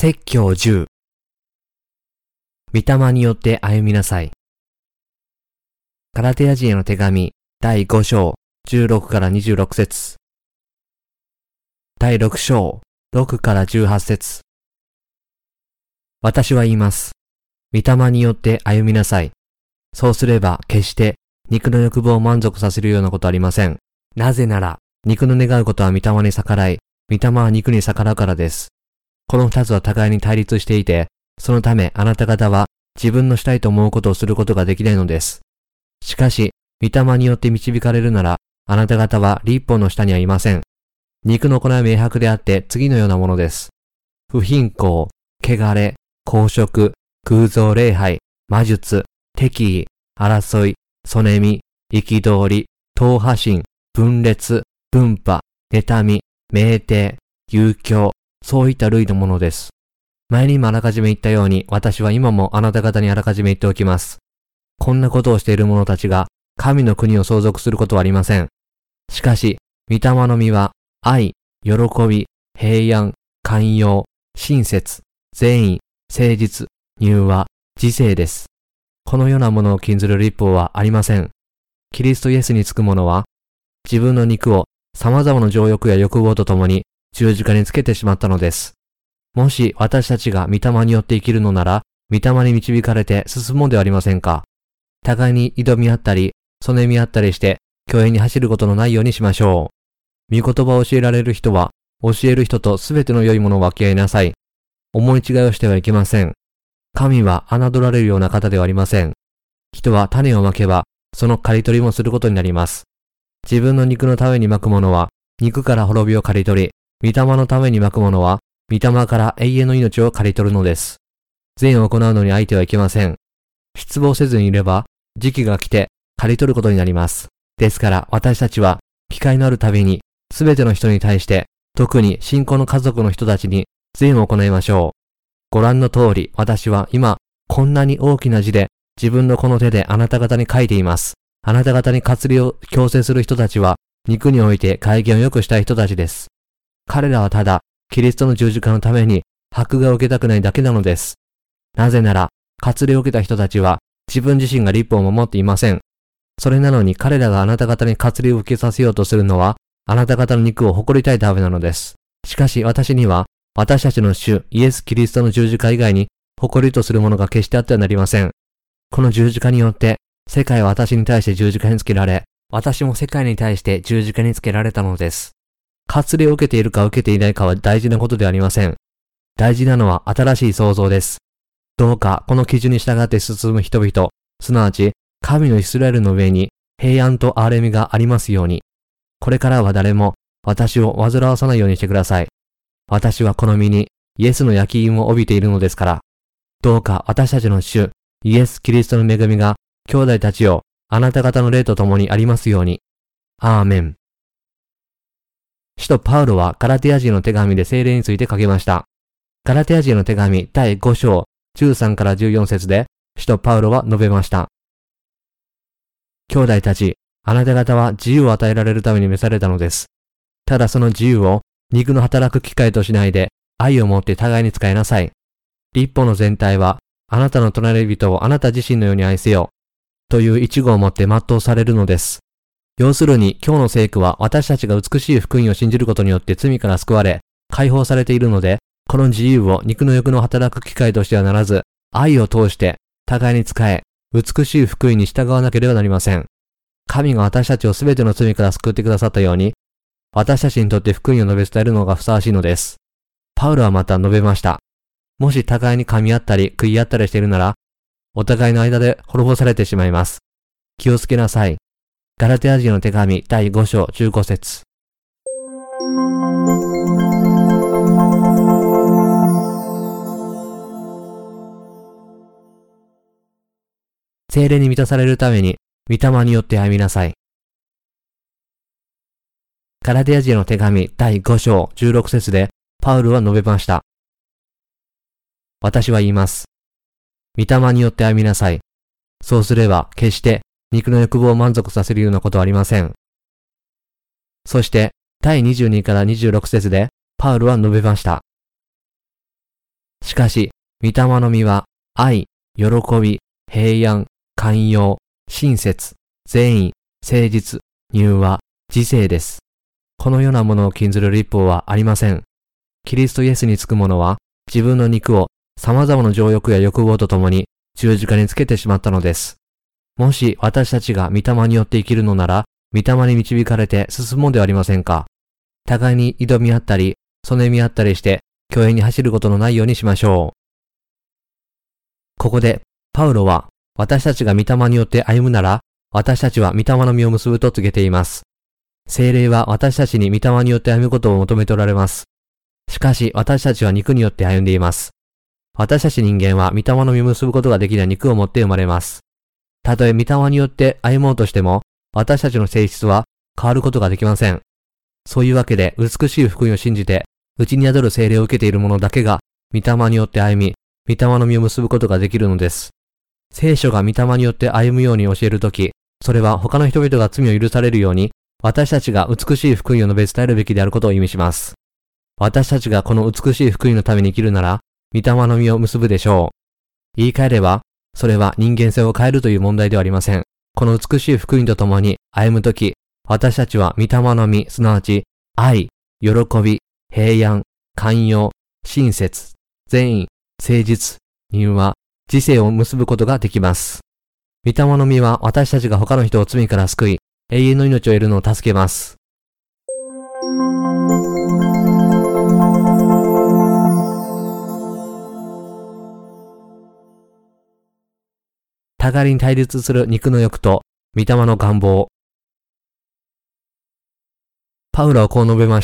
説教10。御霊によって歩みなさい。ガラテヤ人への手紙第5章16から26節。第6章6から18節。私は言います。御霊によって歩みなさい。そうすれば決して肉の欲望を満足させるようなことはありません。なぜなら肉の願うことは御霊に逆らい、御霊は肉に逆らうからです。この二つは互いに対立していて、そのためあなた方は自分のしたいと思うことをすることができないのです。しかし、御霊によって導かれるなら、あなた方は律法の下にはいません。肉の行いは明白であって次のようなものです。不貧困、汚れ、公職、空蔵礼拝、魔術、敵意、争い、そねみ、憤り、党派心、分裂、分派、妬み、酩酊、遊興、そういった類のものです。前にもあらかじめ言ったように、私は今もあなた方にあらかじめ言っておきます。こんなことをしている者たちが、神の国を相続することはありません。しかし、御霊の実は、愛、喜び、平安、寛容、親切、善意、誠実、柔和、自制です。このようなものを禁ずる律法はありません。キリストイエスにつく者は、自分の肉を様々な情欲や欲望とともに十字架につけてしまったのです。もし私たちが御霊によって生きるのなら、御霊に導かれて進もうではありませんか。互いに挑み合ったり、そねみ合ったりして、虚栄に走ることのないようにしましょう。御言葉を教えられる人は、教える人とすべての良いものを分け合いなさい。思い違いをしてはいけません。神は侮られるような方ではありません。人は種をまけば、その刈り取りもすることになります。自分の肉のためにまくものは、肉から滅びを刈り取り、御霊のためにまくものは、御霊から永遠の命を刈り取るのです。善を行うのに相手はいけません。失望せずにいれば、時期が来て刈り取ることになります。ですから私たちは、機会のあるたびに、すべての人に対して、特に信仰の家族の人たちに、善を行いましょう。ご覧の通り、私は今、こんなに大きな字で、自分のこの手であなた方に書いています。あなた方に割礼を強制する人たちは、肉において改元を良くしたい人たちです。彼らはただ、キリストの十字架のために、迫害を受けたくないだけなのです。なぜなら、割礼を受けた人たちは、自分自身が律法を守っていません。それなのに彼らがあなた方に割礼を受けさせようとするのは、あなた方の肉を誇りたいためなのです。しかし私には、私たちの主イエス・キリストの十字架以外に、誇りとするものが決してあってはなりません。この十字架によって、世界は私に対して十字架につけられ、私も世界に対して十字架につけられたのです。割礼を受けているか受けていないかは大事なことではありません。大事なのは新しい創造です。どうかこの基準に従って進む人々、すなわち神のイスラエルの上に平安と憐れみがありますように。これからは誰も私を煩わさないようにしてください。私はこの身にイエスの焼き印を帯びているのですから。どうか私たちの主、イエス・キリストの恵みが兄弟たちをあなた方の霊と共にありますように。アーメン。使徒パウロはガラテヤ人の手紙で聖霊について書きました。ガラテヤ人の手紙第5章13から14節で使徒パウロは述べました。兄弟たち、あなた方は自由を与えられるために召されたのです。ただその自由を肉の働く機会としないで愛を持って互いに使いなさい。律法の全体はあなたの隣人をあなた自身のように愛せよという一語をもって全うされるのです。要するに今日の聖句は私たちが美しい福音を信じることによって罪から救われ、解放されているので、この自由を肉の欲の働く機会としてはならず、愛を通して互いに使え、美しい福音に従わなければなりません。神が私たちをすべての罪から救ってくださったように、私たちにとって福音を述べ伝えるのがふさわしいのです。パウロはまた述べました。もし互いに噛み合ったり食い合ったりしているなら、お互いの間で滅ぼされてしまいます。気をつけなさい。ガラテヤ人の手紙第5章15節。聖霊に満たされるために、御霊によって歩みなさい。ガラテヤ人の手紙第5章16節で、パウルは述べました。私は言います。御霊によって歩みなさい。そうすれば、決して、肉の欲望を満足させるようなことはありません。そして、第22から26節で、パウルは述べました。 しかし、御霊の実は、愛、喜び、平安、寛容、親切、善意、誠実、柔和、自制です。このようなものを禁ずる律法はありません。キリストイエスにつく者は、自分の肉を様々な情欲や欲望とともに十字架につけてしまったのです。もし私たちが御霊によって生きるのなら、御霊に導かれて進もうではありませんか。互いに挑み合ったり、そねみ合ったりして、虚栄に走ることのないようにしましょう。ここで、パウロは、私たちが御霊によって歩むなら、私たちは御霊の実を結ぶと告げています。聖霊は私たちに御霊によって歩むことを求めておられます。しかし私たちは肉によって歩んでいます。私たち人間は御霊の実を結ぶことができない肉を持って生まれます。たとえ御霊によって歩もうとしても、私たちの性質は変わることができません。そういうわけで美しい福音を信じて、内に宿る聖霊を受けている者だけが、御霊によって歩み、御霊の実を結ぶことができるのです。聖書が御霊によって歩むように教えるとき、それは他の人々が罪を許されるように、私たちが美しい福音を述べ伝えるべきであることを意味します。私たちがこの美しい福音のために生きるなら、御霊の実を結ぶでしょう。言い換えれば、それは人間性を変えるという問題ではありません。この美しい福音とともに歩むとき、私たちは御霊の実、すなわち、愛、喜び、平安、寛容、親切、善意、誠実、柔和、自制を結ぶことができます。御霊の実は私たちが他の人を罪から救い、永遠の命を得るのを助けます。互いに対立する肉の欲と御霊の願望。パウロはこう述べました。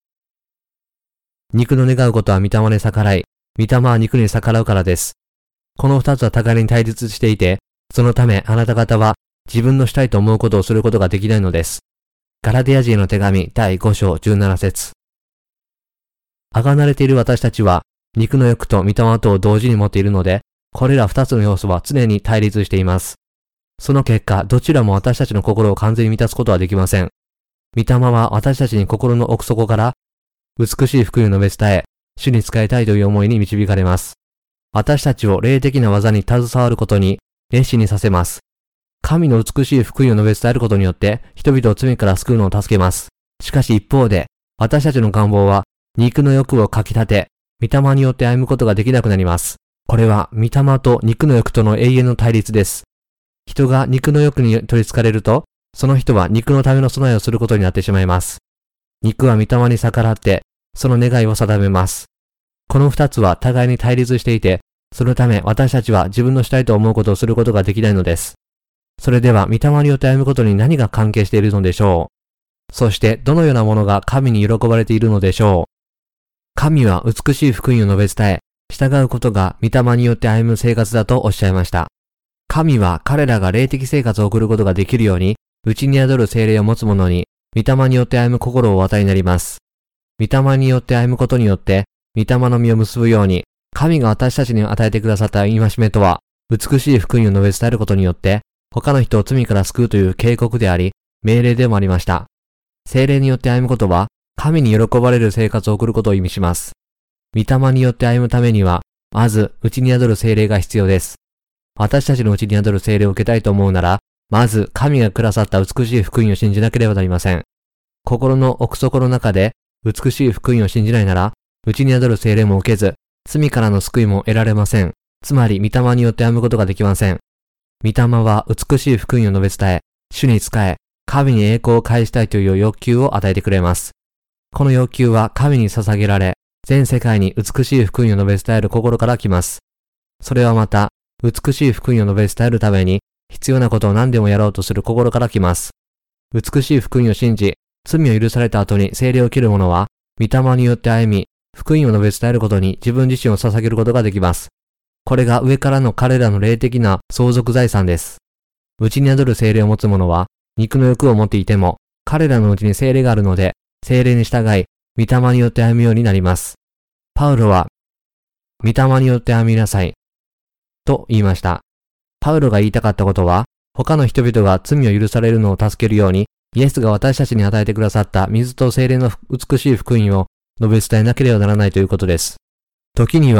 肉の願うことは御霊に逆らい、御霊は肉に逆らうからです。この二つは互いに対立していて、そのためあなた方は自分のしたいと思うことをすることができないのです。ガラテヤ人への手紙第5章17節。贖がれている私たちは、肉の欲と御霊とを同時に持っているので、これら二つの要素は常に対立しています。その結果、どちらも私たちの心を完全に満たすことはできません。御霊は私たちに心の奥底から、美しい福音を述べ伝え、主に仕えたいという思いに導かれます。私たちを霊的な技に携わることに熱心にさせます。神の美しい福音を述べ伝えることによって、人々を罪から救うのを助けます。しかし一方で、私たちの願望は、肉の欲をかき立て、御霊によって歩むことができなくなります。これは、御霊と肉の欲との永遠の対立です。人が肉の欲に取り憑かれると、その人は肉のための備えをすることになってしまいます。肉は御霊に逆らって、その願いを定めます。この二つは互いに対立していて、そのため私たちは自分のしたいと思うことをすることができないのです。それでは、御霊によって歩むことに何が関係しているのでしょう。そして、どのようなものが神に喜ばれているのでしょう。神は美しい福音を述べ伝え、従うことが御霊によって歩む生活だとおっしゃいました。神は彼らが霊的生活を送ることができるように、内に宿る聖霊を持つ者に、御霊によって歩む心をお与えになります。御霊によって歩むことによって、御霊の実を結ぶように、神が私たちに与えてくださった戒めとは、美しい福音を述べ伝えることによって、他の人を罪から救うという警告であり、命令でもありました。聖霊によって歩むことは、神に喜ばれる生活を送ることを意味します。御霊によって歩むためには、まず、内に宿る聖霊が必要です。私たちの内に宿る聖霊を受けたいと思うなら、まず、神がくださった美しい福音を信じなければなりません。心の奥底の中で、美しい福音を信じないなら、内に宿る聖霊も受けず、罪からの救いも得られません。つまり、御霊によって歩むことができません。御霊は美しい福音を述べ伝え、主に仕え、神に栄光を返したいという欲求を与えてくれます。この欲求は神に捧げられ、全世界に美しい福音を述べ伝える心から来ます。それはまた、美しい福音を述べ伝えるために、必要なことを何でもやろうとする心から来ます。美しい福音を信じ、罪を許された後に聖霊を受ける者は、御霊によって歩み、福音を述べ伝えることに自分自身を捧げることができます。これが上からの彼らの霊的な相続財産です。内に宿る聖霊を持つ者は、肉の欲を持っていても、彼らのうちに聖霊があるので、聖霊に従い、御霊によって歩むようになります。パウロは、御霊によって歩みなさい、と言いました。パウロが言いたかったことは、他の人々が罪を許されるのを助けるように、イエスが私たちに与えてくださった水と聖霊の美しい福音を述べ伝えなければならないということです。時には、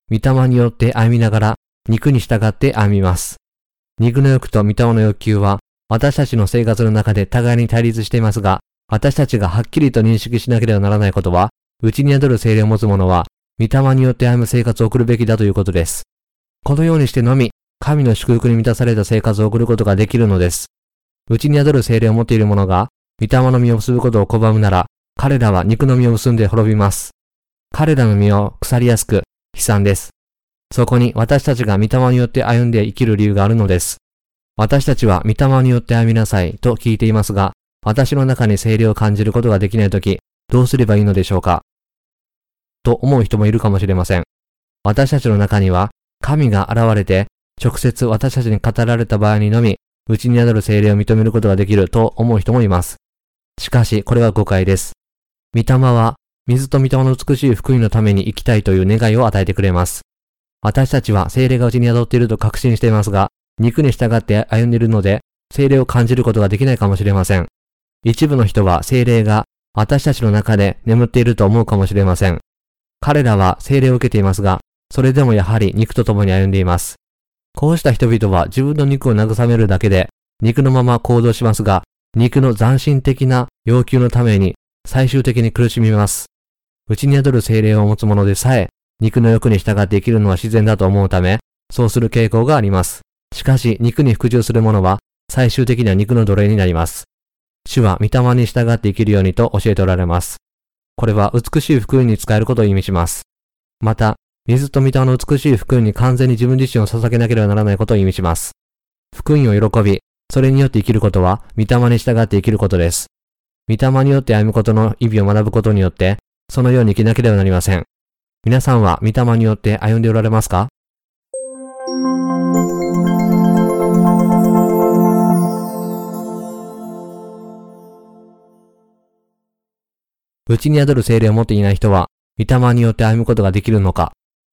御霊によって歩みながら、肉に従って歩みます。肉の欲と御霊の欲求は、私たちの生活の中で互いに対立していますが、私たちがはっきりと認識しなければならないことは、内に宿る聖霊を持つ者は、御霊によって歩む生活を送るべきだということです。このようにしてのみ、神の祝福に満たされた生活を送ることができるのです。内に宿る聖霊を持っている者が、御霊の実を結ぶことを拒むなら、彼らは肉の実を結んで滅びます。彼らの実を腐りやすく、悲惨です。そこに私たちが御霊によって歩んで生きる理由があるのです。私たちは御霊によって歩みなさいと聞いていますが、私の中に聖霊を感じることができないとき、どうすればいいのでしょうかと思う人もいるかもしれません。私たちの中には、神が現れて、直接私たちに語られた場合にのみ、内に宿る聖霊を認めることができると思う人もいます。しかし、これは誤解です。御霊は、水と御霊の美しい福音のために生きたいという願いを与えてくれます。私たちは聖霊が内に宿っていると確信していますが、肉に従って歩んでいるので、聖霊を感じることができないかもしれません。一部の人は聖霊が私たちの中で眠っていると思うかもしれません。彼らは聖霊を受けていますが、それでもやはり肉と共に歩んでいます。こうした人々は自分の肉を慰めるだけで、肉のまま行動しますが、肉の斬新的な要求のために最終的に苦しみます。内に宿る聖霊を持つ者でさえ、肉の欲に従って生きるのは自然だと思うため、そうする傾向があります。しかし、肉に服従する者は、最終的には肉の奴隷になります。主は御霊に従って生きるようにと教えておられます。これは美しい福音に使えることを意味します。また、水と御霊の美しい福音に完全に自分自身を捧げなければならないことを意味します。福音を喜び、それによって生きることは、御霊に従って生きることです。御霊によって歩むことの意味を学ぶことによって、そのように生きなければなりません。皆さんは御霊によって歩んでおられますか？内に宿る聖霊を持っていない人は、御霊によって歩むことができるのか？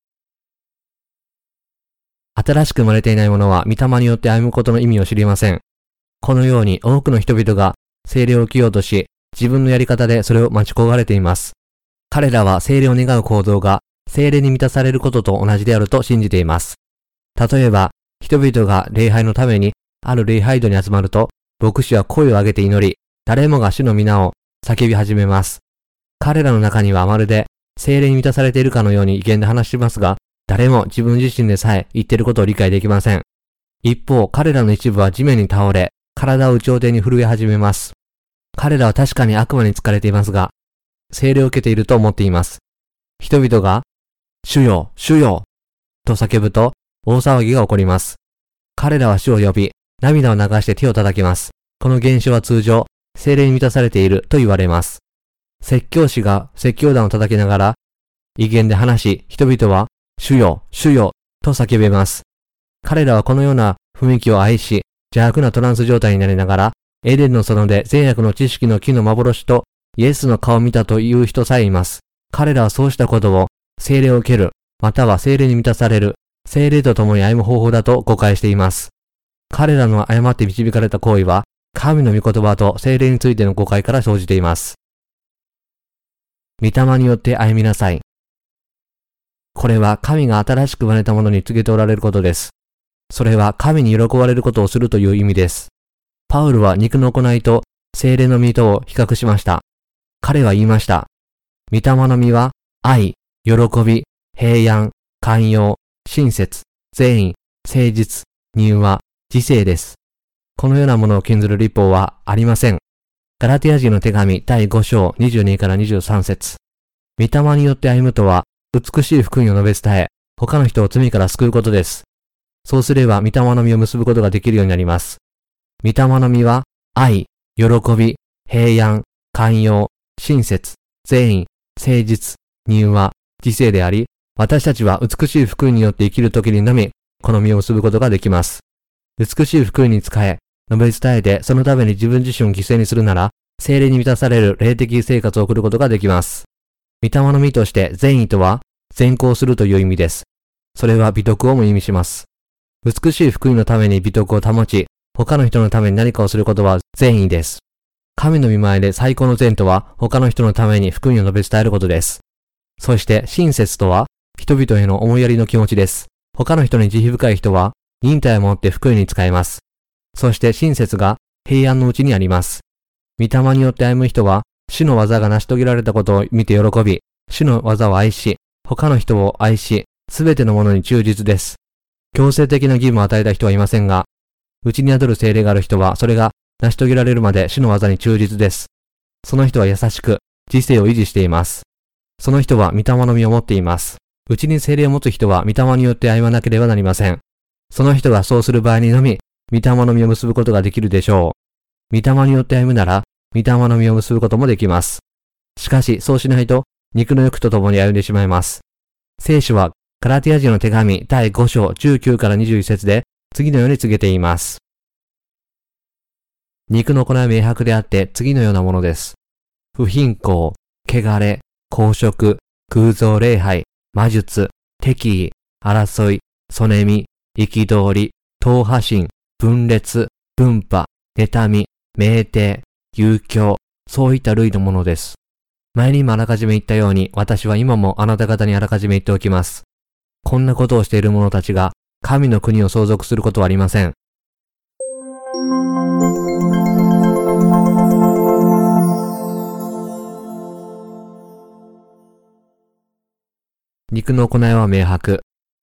新しく生まれていない者は、御霊によって歩むことの意味を知りません。このように多くの人々が聖霊を受けようとし、自分のやり方でそれを待ち焦がれています。彼らは聖霊を願う行動が聖霊に満たされることと同じであると信じています。例えば、人々が礼拝のためにある礼拝堂に集まると、牧師は声を上げて祈り、誰もが主の皆を叫び始めます。彼らの中にはまるで聖霊に満たされているかのように意見で話しますが、誰も自分自身でさえ言っていることを理解できません。一方、彼らの一部は地面に倒れ、体を有頂天に震え始めます。彼らは確かに悪魔に疲れていますが、聖霊を受けていると思っています。人々が、主よ、主よ、と叫ぶと、大騒ぎが起こります。彼らは主を呼び、涙を流して手を叩きます。この現象は通常、聖霊に満たされていると言われます。説教師が説教団を叩きながら、威厳で話し、人々は、主よ、主よ、と叫べます。彼らはこのような雰囲気を愛し、邪悪なトランス状態になりながら、エデンの園で善悪の知識の木の幻とイエスの顔を見たという人さえいます。彼らはそうしたことを聖霊を受ける、または聖霊に満たされる、聖霊と共に歩む方法だと誤解しています。彼らの誤って導かれた行為は、神の御言葉と聖霊についての誤解から生じています。御霊によって歩みなさい。これは神が新しく生まれた者に告げておられることです。それは神に喜ばれることをするという意味です。パウルは肉の行いと聖霊の実とを比較しました。彼は言いました。御霊の実は愛、喜び、平安、寛容、親切、善意、誠実、柔和、自制です。このようなものを禁ずる律法はありません。ガラティア人の手紙第5章22から23節。御霊によって歩むとは、美しい福音を述べ伝え、他の人を罪から救うことです。そうすれば御霊の実を結ぶことができるようになります。御霊の実は愛、喜び、平安、寛容、親切、善意、誠実、柔和、自制であり、私たちは美しい福音によって生きるときにのみ、この実を結ぶことができます。美しい福音に仕え、述べ伝えてそのために自分自身を犠牲にするなら、聖霊に満たされる霊的生活を送ることができます。御霊の実として善意とは、善行するという意味です。それは美徳をも意味します。美しい福音のために美徳を保ち、他の人のために何かをすることは善意です。神の御前で最高の善とは、他の人のために福音を述べ伝えることです。そして親切とは、 人々への思いやりの気持ちです。他の人に慈悲深い人は、忍耐をもって福音に使えます。そして親切が平安のうちにあります。御霊によって歩む人は、主の技が成し遂げられたことを見て喜び、主の技を愛し、他の人を愛し、すべてのものに忠実です。強制的な義務を与えた人はいませんが、内に宿る精霊がある人は、それが成し遂げられるまで主の技に忠実です。その人は優しく、知性を維持しています。その人は御霊の実を持っています。内に精霊を持つ人は御霊によって歩まなければなりません。その人がそうする場合にのみ、御霊の実を結ぶことができるでしょう。御霊によって歩むなら、御霊の実を結ぶこともできます。しかし、そうしないと、肉の欲と共に歩んでしまいます。聖書は、ガラティア人の手紙第5章19から21節で、次のように告げています。肉の行いは明白であって、次のようなものです。不貧困、汚れ、公職、偶像礼拝、魔術、敵意、争い、そねみ、憤り、党派心、分裂、分派、妬み、酩酊、遊興、そういった類のものです。前にもあらかじめ言ったように、私は今もあなた方にあらかじめ言っておきます。こんなことをしている者たちが、神の国を相続することはありません。肉の行いは明白。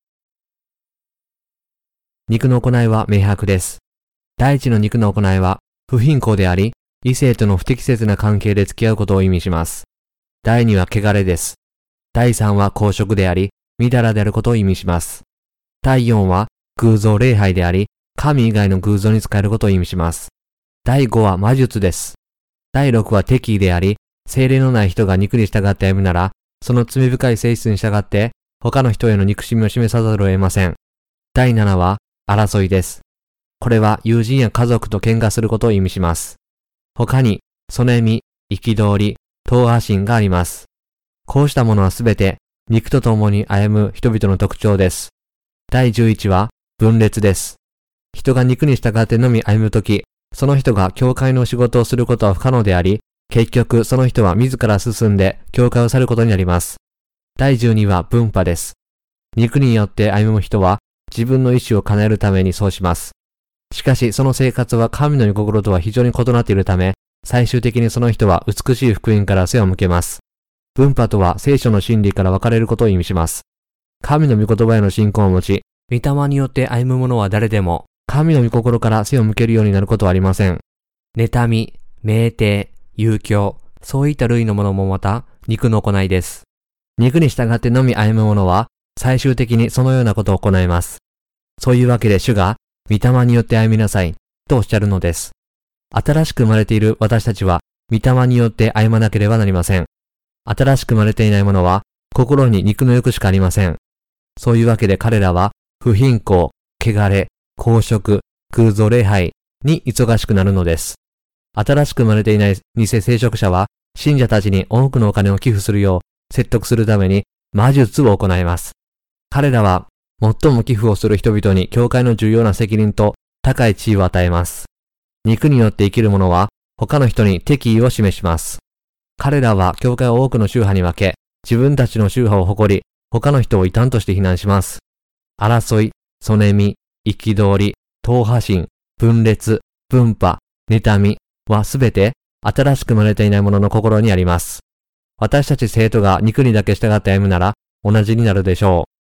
肉の行いは明白です。第一の肉の行いは不貧困であり、異性との不適切な関係で付き合うことを意味します。第二は汚れです。第三は公職であり、みだらであることを意味します。第四は偶像礼拝であり、神以外の偶像に使えることを意味します。第五は魔術です。第六は敵意であり、聖霊のない人が肉に従って歩むなら、その罪深い性質に従って、他の人への憎しみを示さざるを得ません。第7は、争いです。これは友人や家族と喧嘩することを意味します。他に、そねみ、憤り、党派心があります。こうしたものはすべて、肉と共に歩む人々の特徴です。第11は、分裂です。人が肉に従ってのみ歩むとき、その人が教会の仕事をすることは不可能であり、結局その人は自ら進んで教会を去ることになります。第12は分派です。肉によって歩む人は自分の意志を叶えるためにそうします。しかしその生活は神の御心とは非常に異なっているため、最終的にその人は美しい福音から背を向けます。分派とは聖書の真理から分かれることを意味します。神の御言葉への信仰を持ち、御霊によって歩む者は誰でも、神の御心から背を向けるようになることはありません。妬み、酩酊、遊興、そういった類のものもまた肉の行いです。肉に従ってのみ歩む者は最終的にそのようなことを行います。そういうわけで主が御霊によって歩みなさいとおっしゃるのです。新しく生まれている私たちは御霊によって歩まなければなりません。新しく生まれていない者は心に肉の欲しかありません。そういうわけで彼らは不貧困、汚れ、公職、偶像礼拝に忙しくなるのです。新しく生まれていない偽聖職者は、信者たちに多くのお金を寄付するよう説得するために魔術を行います。彼らは、最も寄付をする人々に教会の重要な責任と高い地位を与えます。肉によって生きる者は、他の人に敵意を示します。彼らは教会を多くの宗派に分け、自分たちの宗派を誇り、他の人を異端として非難します。争い、そねみ、憤り、党派心、分裂、分派、妬み、はすべて新しく生まれていない者の心にあります。私たち生徒が肉にだけ従って歩むなら同じになるでしょ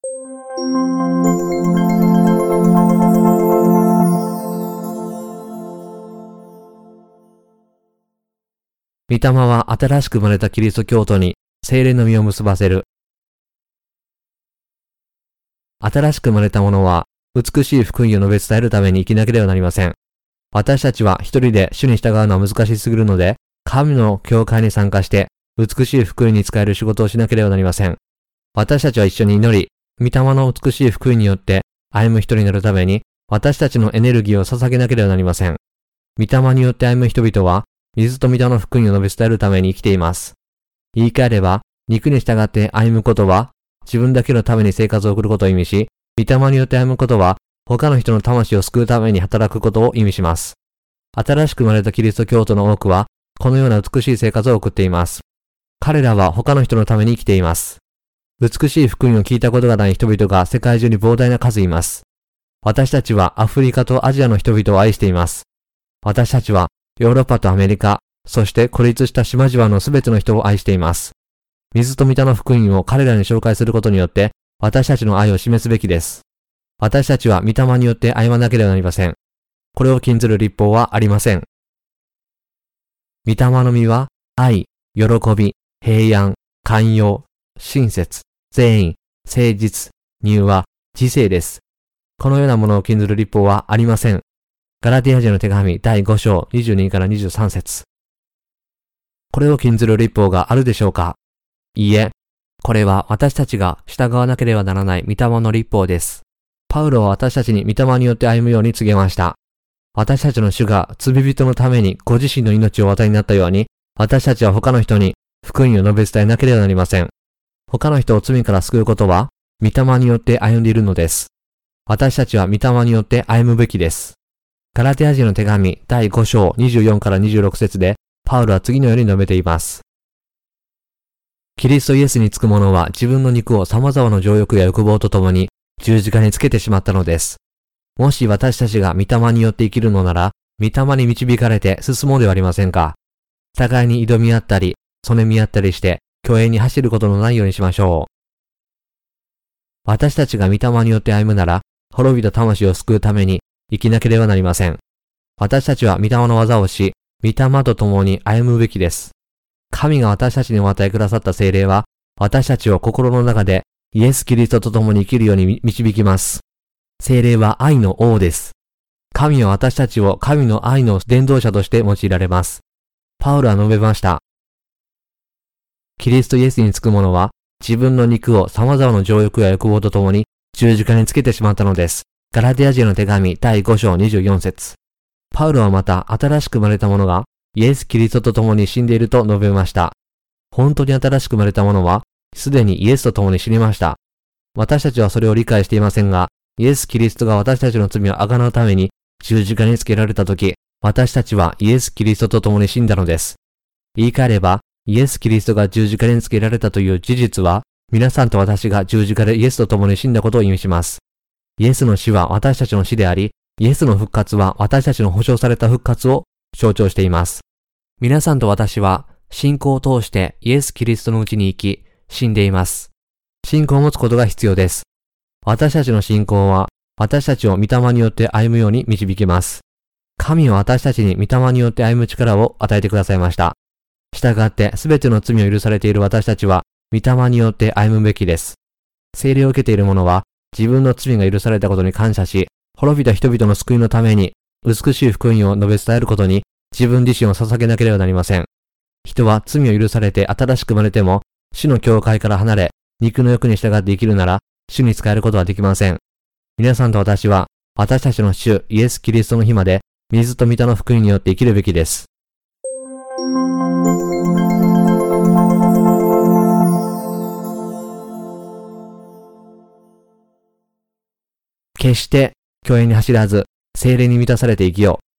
う。御霊は新しく生まれたキリスト教徒に聖霊の実を結ばせる。新しく生まれた者は美しい福音を述べ伝えるために生きなければなりません。私たちは一人で主に従うのは難しすぎるので、神の教会に参加して美しい福音に使える仕事をしなければなりません。私たちは一緒に祈り、御霊の美しい福音によって歩む人になるために、私たちのエネルギーを捧げなければなりません。御霊によって歩む人々は、水と御霊の福音を述べ伝えるために生きています。言い換えれば、肉に従って歩むことは、自分だけのために生活を送ることを意味し、御霊によって歩むことは、他の人の魂を救うために働くことを意味します。新しく生まれたキリスト教徒の多くは、このような美しい生活を送っています。彼らは他の人のために生きています。 美しい福音を聞いたことがない人々が世界中に膨大な数います。私たちはアフリカとアジアの人々を愛しています。私たちはヨーロッパとアメリカ、そして孤立した島々のすべての人を愛しています。水と御霊の福音を彼らに紹介することによって、私たちの愛を示すべきです。私たちは御霊によって歩まなければなりません。これを禁ずる律法はありません。御霊の実は、愛、喜び、平安、寛容、親切、善意、誠実、柔和、自制です。このようなものを禁ずる律法はありません。ガラティア人の手紙第5章22から23節。これを禁ずる律法があるでしょうか？いいえ。これは私たちが従わなければならない御霊の律法です。パウロは私たちに御霊によって歩むように告げました。私たちの主が罪人のためにご自身の命をお与えになったように、私たちは他の人に福音を述べ伝えなければなりません。他の人を罪から救うことは、御霊によって歩んでいるのです。私たちは御霊によって歩むべきです。ガラティア人の手紙第5章24から26節で、パウロは次のように述べています。キリストイエスにつく者は自分の肉を様々な情欲や欲望とともに十字架につけてしまったのです。もし私たちが御霊によって生きるのなら、御霊に導かれて進もうではありませんか。互いに挑み合ったり、そねみ合ったりして、虚栄に走ることのないようにしましょう。私たちが御霊によって歩むなら、滅びた魂を救うために生きなければなりません。私たちは御霊の技をし、御霊と共に歩むべきです。神が私たちにお与えくださった聖霊は、私たちを心の中でイエス・キリストと共に生きるように導きます。聖霊は愛の王です。神は私たちを神の愛の伝道者として用いられます。パウロは述べました。キリストイエスにつく者は、自分の肉を様々な情欲や欲望とともに十字架につけてしまったのです。ガラティア人の手紙第5章24節。パウロはまた新しく生まれた者がイエス・キリストと共に死んでいると述べました。本当に新しく生まれた者はすでにイエスと共に死にました。私たちはそれを理解していませんが、イエス・キリストが私たちの罪を贖うために十字架につけられたとき、私たちはイエス・キリストと共に死んだのです。言い換えれば、イエス・キリストが十字架につけられたという事実は、皆さんと私が十字架でイエスと共に死んだことを意味します。イエスの死は私たちの死であり、イエスの復活は私たちの保証された復活を象徴しています。皆さんと私は信仰を通してイエス・キリストのうちに生き、死んでいます。信仰を持つことが必要です。私たちの信仰は私たちを御霊によって歩むように導きます。神は私たちに御霊によって歩む力を与えてくださいました。したがってすべての罪を許されている私たちは御霊によって歩むべきです。聖霊を受けている者は自分の罪が許されたことに感謝し、滅びた人々の救いのために美しい福音を述べ伝えることに自分自身を捧げなければなりません。人は罪を許されて新しく生まれても主の教会から離れ肉の欲に従って生きるなら主に仕えることはできません。皆さんと私は私たちの主イエス・キリストの日まで水と御霊の福音によって生きるべきです。決して虚栄に走らず聖霊に満たされて生きよう。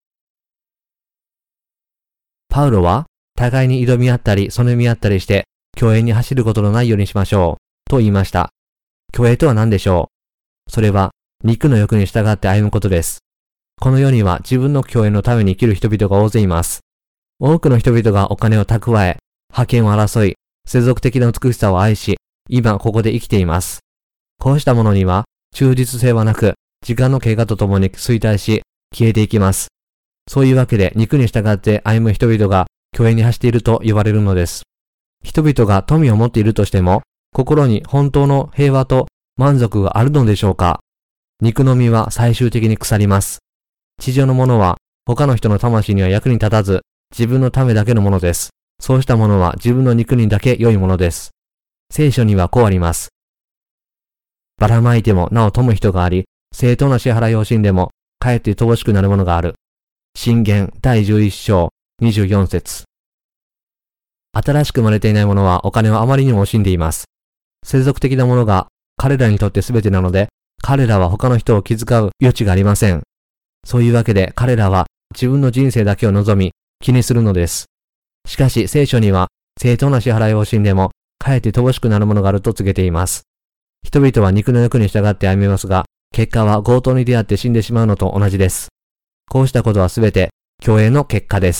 パウロは互いに挑み合ったりそねみ合ったりして虚栄に走ることのないようにしましょうと言いました。虚栄とは何でしょう？それは肉の欲に従って歩むことです。この世には自分の虚栄のために生きる人々が大勢います。多くの人々がお金を蓄え、覇権を争い、世俗的な美しさを愛し、今ここで生きています。こうしたものには忠実性はなく、時間の経過とともに衰退し、消えていきます。そういうわけで肉に従って歩む人々が虚栄に走っていると言われるのです。人々が富を持っているとしても、心に本当の平和と満足があるのでしょうか？肉の実は最終的に腐ります。地上のものは他の人の魂には役に立たず、自分のためだけのものです。そうしたものは自分の肉にだけ良いものです。聖書にはこうあります。ばらまいてもなお富む人があり、正当な支払いを惜しんでも、かえって乏しくなるものがある。箴言第11章24節。新しく生まれていない者はお金をあまりにも惜しんでいます。世俗的なものが彼らにとって全てなので、彼らは他の人を気遣う余地がありません。そういうわけで彼らは自分の人生だけを望み気にするのです。しかし聖書には正当な支払いを惜しんでもかえって乏しくなるものがあると告げています。人々は肉の欲に従って歩みますが、結果は強盗に出会って死んでしまうのと同じです。こうしたことはすべて、虚栄の結果です。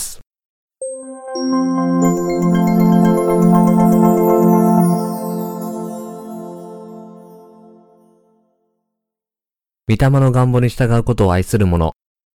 御霊の願望に従うことを愛する者。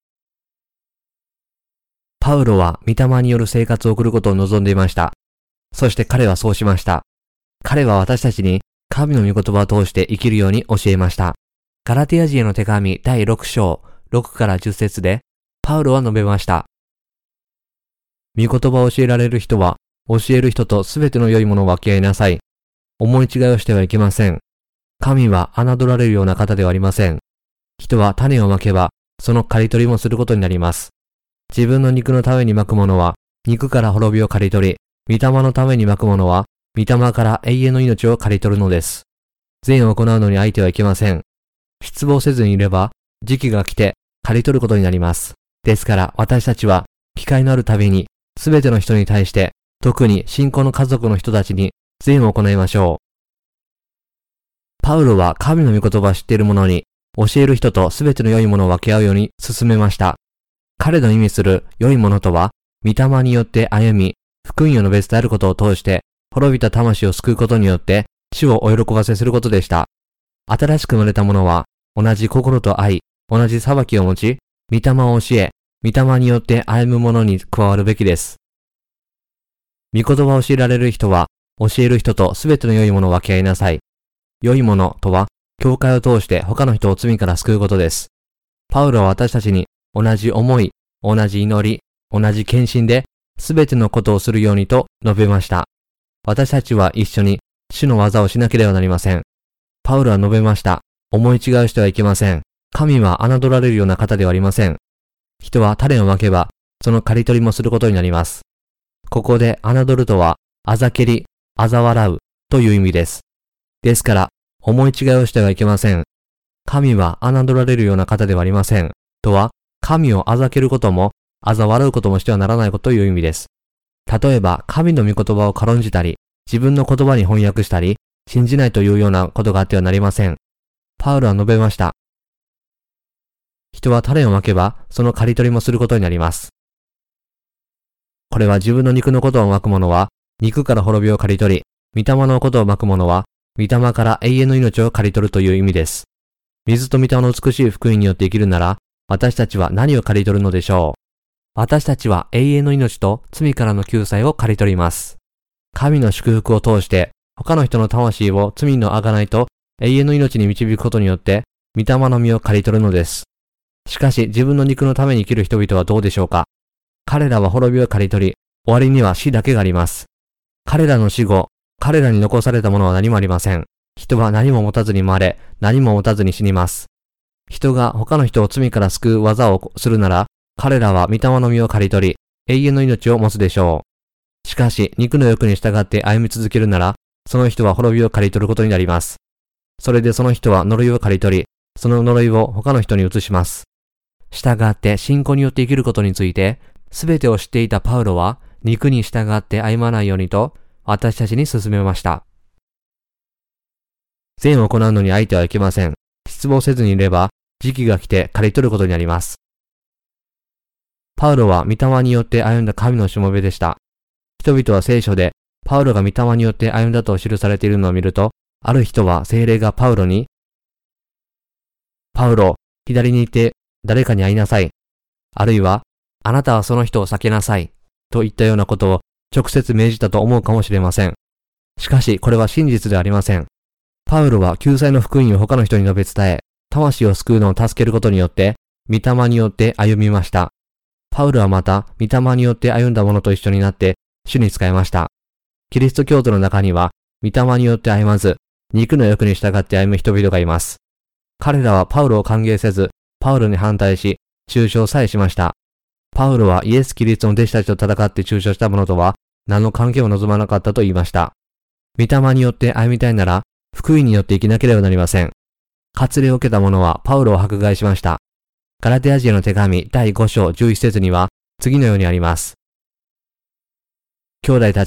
パウロは御霊による生活を送ることを望んでいました。そして彼はそうしました。彼は私たちに神の御言葉を通して生きるように教えました。ガラティア人への手紙第6章6から10節で、パウロは述べました。御言葉を教えられる人は、教える人とすべての良いものを分け合いなさい。思い違いをしてはいけません。神は侮られるような方ではありません。人は種をまけば、その刈り取りもすることになります。自分の肉のためにまくものは、肉から滅びを刈り取り、御霊のためにまくものは、御霊から永遠の命を刈り取るのです。善を行うのに相手はいけません。失望せずにいれば、時期が来て刈り取ることになります。ですから私たちは、機会のあるたびに、すべての人に対して、特に信仰の家族の人たちに善を行いましょう。パウロは神の御言葉を知っている者に、教える人とすべての良いものを分け合うように進めました。彼の意味する良いものとは、御霊によって歩み、福音を述べ伝えることを通して、滅びた魂を救うことによって、主をお喜ばせすることでした。新しく生まれた者は、同じ心と愛、同じ裁きを持ち、御霊を教え、御霊によって歩む者に加わるべきです。御言葉を教えられる人は、教える人とすべての良いものを分け合いなさい。良いものとは、教会を通して他の人を罪から救うことです。パウロは私たちに同じ思い、同じ祈り、同じ献身で全てのことをするようにと述べました。私たちは一緒に主の技をしなければなりません。パウロは述べました。思い違いをしてはいけません。神は侮られるような方ではありません。人は種をまけば、その刈り取りもすることになります。ここで侮るとは、あざけり、あざ笑うという意味です。ですから、思い違いをしてはいけません。神は侮られるような方ではありません。とは、神をあざけることも、あざ笑うこともしてはならないことという意味です。例えば、神の御言葉を軽んじたり、自分の言葉に翻訳したり、信じないというようなことがあってはなりません。パウロは述べました。人は種をまけば、その刈り取りもすることになります。これは自分の肉のことをまく者は、肉から滅びを刈り取り、御霊のことをまく者は、御霊から永遠の命を刈り取るという意味です。水と御霊の美しい福音によって生きるなら、私たちは何を刈り取るのでしょう。私たちは永遠の命と罪からの救済を刈り取ります。神の祝福を通して、他の人の魂を罪の贖いと永遠の命に導くことによって、御霊の実を刈り取るのです。しかし自分の肉のために生きる人々はどうでしょうか。彼らは滅びを刈り取り、終わりには死だけがあります。彼らの死後、彼らに残されたものは何もありません。人は何も持たずに生まれ、何も持たずに死にます。人が他の人を罪から救う技をするなら、彼らは御霊の実を刈り取り、永遠の命を持つでしょう。しかし、肉の欲に従って歩み続けるなら、その人は滅びを刈り取ることになります。それでその人は呪いを刈り取り、その呪いを他の人に移します。従って信仰によって生きることについて、すべてを知っていたパウロは、肉に従って歩まないようにと、私たちに勧めました。善を行うのに相手はいけません。失望せずにいれば、時期が来て刈り取ることになります。パウロは御霊によって歩んだ神のしもべでした。人々は聖書で、パウロが御霊によって歩んだと記されているのを見ると、ある人は聖霊がパウロに、パウロ、左にいて誰かに会いなさい。あるいは、あなたはその人を避けなさい。といったようなことを直接命じたと思うかもしれません。しかし、これは真実ではありません。パウロは救済の福音を他の人に述べ伝え、魂を救うのを助けることによって、御霊によって歩みました。パウロはまた、御霊によって歩んだ者と一緒になって、主に仕えました。キリスト教徒の中には、御霊によって歩まず、肉の欲に従って歩む人々がいます。彼らはパウロを歓迎せず、パウロに反対し、中傷さえしました。パウロはイエス・キリストの弟子たちと戦って中傷した者とは、何の関係を望まなかったと言いました。御霊によって歩みたいなら、福音によって生きなければなりません。割礼を受けた者はパウロを迫害しました。ガラテヤ人への手紙第5章11節には次のようにあります。兄弟たち、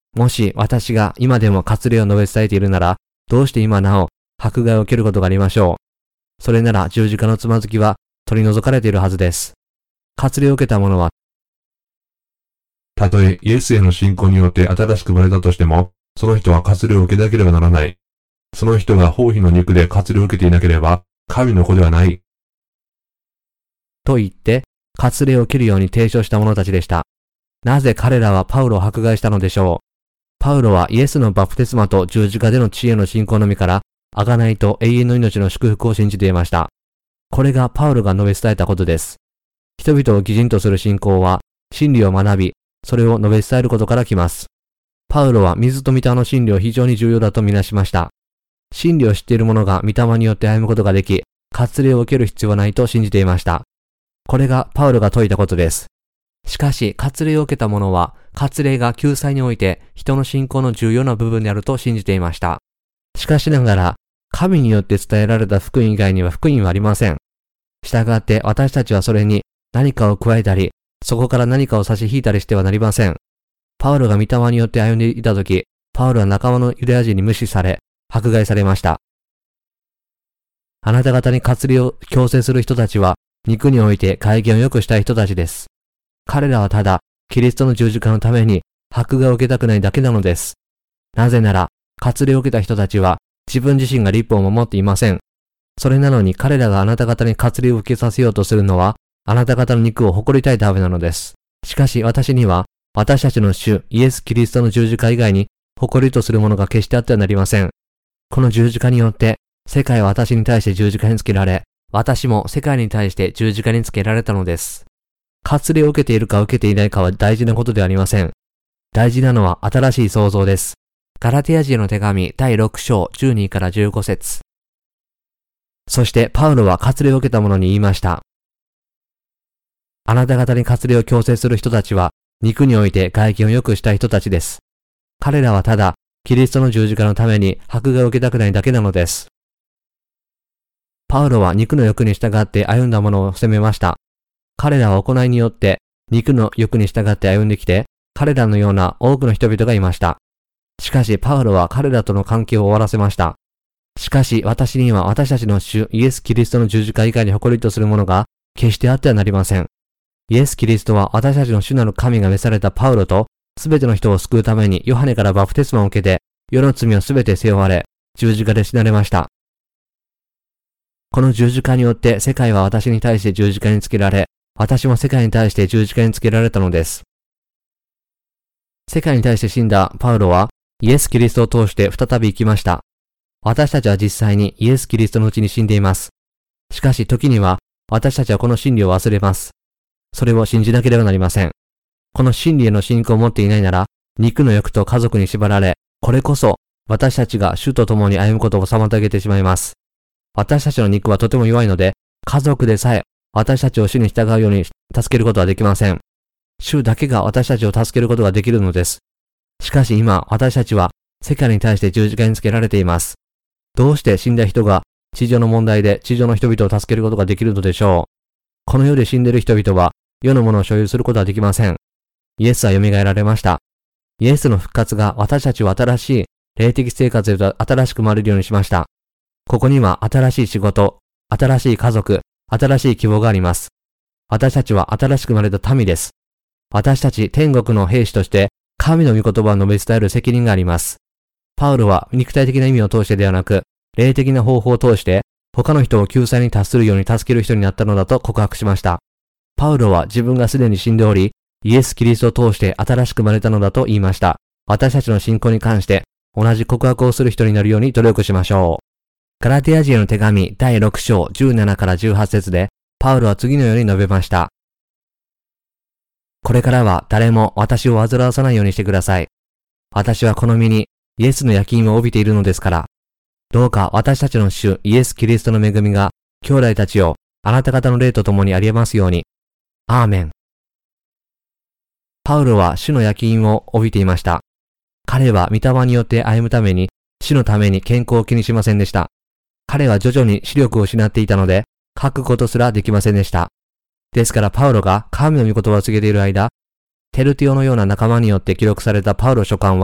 もし私が今でも割礼を述べ伝えているなら、どうして今なお迫害を受けることがありましょう。それなら十字架のつまずきは取り除かれているはずです。割礼を受けた者は、 たとえイエスへの信仰によって新しく生まれたとしても、その人は割礼を受けなければならない。その人が包皮の肉で割礼を受けていなければ、神の子ではない。 と言って、割礼を受けるように提唱した者たちでした。なぜ彼らはパウロを迫害したのでしょう。パウロはイエスのバプテスマと十字架での知恵の信仰のみから、贖いと永遠の命の祝福を信じていました。これがパウロが述べ伝えたことです。人々を義人とする信仰は、真理を学び、それを述べ伝えることから来ます。パウロは水と御霊の真理を非常に重要だとみなしました。真理を知っている者が御霊によって歩むことができ、割礼を受ける必要はないと信じていました。これがパウロが説いたことです。しかし、割礼を受けた者は、割礼が救済において人の信仰の重要な部分であると信じていました。しかしながら、神によって伝えられた福音以外には福音はありません。したがって私たちはそれに何かを加えたり、そこから何かを差し引いたりしてはなりません。パウロが御霊によって歩んでいたとき、パウロは仲間のユダヤ人に無視され、迫害されました。あなた方に割礼を強制する人たちは、肉において改元を良くしたい人たちです。彼らはただ、キリストの十字架のために迫害を受けたくないだけなのです。なぜなら、割礼を受けた人たちは、自分自身が律法を守っていません。それなのに彼らがあなた方に割礼を受けさせようとするのは、あなた方の肉を誇りたいためなのです。しかし私には、私たちの主イエス・キリストの十字架以外に誇りとするものが決してあってはなりません。この十字架によって、世界は私に対して十字架につけられ、私も世界に対して十字架につけられたのです。割礼を受けているか受けていないかは大事なことではありません。大事なのは新しい創造です。ガラテヤ人への手紙第6章12から15節。そしてパウロは割礼を受けた者に言いました。あなた方に割礼を強制する人たちは、肉において外見を良くしたい人たちです。彼らはただ、キリストの十字架のために迫害を受けたくないだけなのです。パウロは肉の欲に従って歩んだ者を責めました。彼らは行いによって肉の欲に従って歩んできて、彼らのような多くの人々がいました。しかしパウロは彼らとの関係を終わらせました。しかし私には私たちの主イエス・キリストの十字架以外に誇りとするものが決してあってはなりません。イエス・キリストは私たちの主なる神が召されたパウロとすべての人を救うためにヨハネからバプテスマを受けて世の罪をすべて背負われ十字架で死なれました。この十字架によって世界は私に対して十字架につけられ、私も世界に対して十字架につけられたのです。世界に対して死んだパウロはイエス・キリストを通して再び生きました。私たちは実際にイエス・キリストのうちに死んでいます。しかし時には私たちはこの真理を忘れます。それを信じなければなりません。この真理への信仰を持っていないなら、肉の欲と家族に縛られ、これこそ私たちが主と共に歩むことを妨げてしまいます。私たちの肉はとても弱いので、家族でさえ私たちを主に従うように助けることはできません。主だけが私たちを助けることができるのです。しかし今、私たちは世界に対して十字架につけられています。どうして死んだ人が地上の問題で地上の人々を助けることができるのでしょう。この世で死んでいる人々は世のものを所有することはできません。イエスは蘇られました。イエスの復活が私たちを新しい霊的生活へと新しく回れるようにしました。ここには新しい仕事、新しい家族、新しい希望があります。私たちは新しく生まれた民です。私たち天国の兵士として神の御言葉を述べ伝える責任があります。パウロは肉体的な意味を通してではなく、霊的な方法を通して他の人を救済に達するように助ける人になったのだと告白しました。パウロは自分がすでに死んでおり、イエス・キリストを通して新しく生まれたのだと言いました。私たちの信仰に関して同じ告白をする人になるように努力しましょう。ガラテヤ人への手紙第6章17から18節で、パウロは次のように述べました。これからは誰も私を煩わさないようにしてください。私はこの身にイエスの焼き印を帯びているのですから。どうか私たちの主イエス・キリストの恵みが兄弟たちをあなた方の霊と共にありますように。アーメン。パウロは主の焼き印を帯びていました。彼は御霊によって歩むために主のために健康を気にしませんでした。彼は徐々に視力を失っていたので書くことすらできませんでした。ですからパウロが神の御言葉を告げている間、テルティオのような仲間によって記録されたパウロ書簡は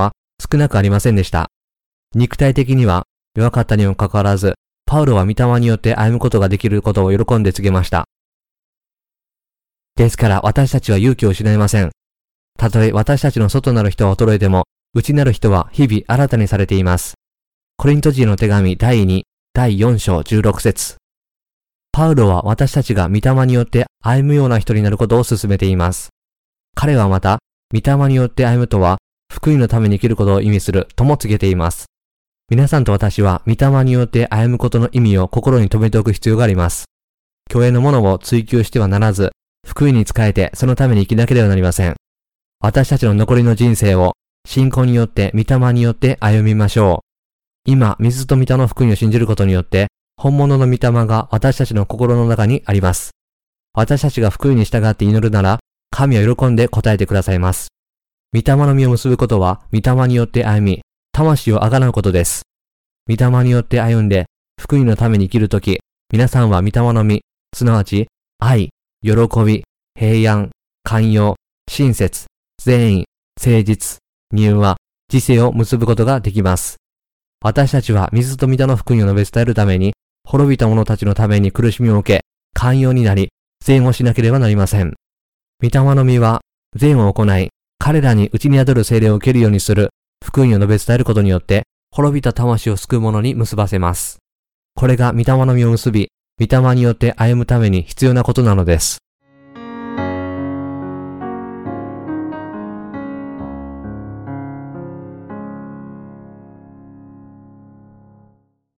少なくありませんでした。肉体的には弱かったにもかかわらず、パウロは御霊によって歩むことができることを喜んで告げました。ですから私たちは勇気を失いません。たとえ私たちの外なる人は衰えても、内なる人は日々新たにされています。コリント人の手紙第2、第4章16節。パウロは私たちが御霊によって歩むような人になることを勧めています。彼はまた、御霊によって歩むとは、福音のために生きることを意味するとも告げています。皆さんと私は御霊によって歩むことの意味を心に留めておく必要があります。虚栄のものを追求してはならず、福音に仕えてそのために生きなければなりません。私たちの残りの人生を信仰によって御霊によって歩みましょう。今、水と御霊の福音を信じることによって、本物の御霊が私たちの心の中にあります。私たちが福音に従って祈るなら、神は喜んで答えてくださいます。御霊の実を結ぶことは、御霊によって歩み、魂をあがなうことです。御霊によって歩んで、福音のために生きるとき、皆さんは御霊の実、すなわち、愛、喜び、平安、寛容、親切、善意、誠実、柔和、自制を結ぶことができます。私たちは水と御霊の福音を述べ伝えるために、滅びた者たちのために苦しみを受け、寛容になり、善をしなければなりません。御霊の実は、善を行い、彼らに内に宿る聖霊を受けるようにする、福音を述べ伝えることによって、滅びた魂を救う者に結ばせます。これが御霊の実を結び、御霊によって歩むために必要なことなのです。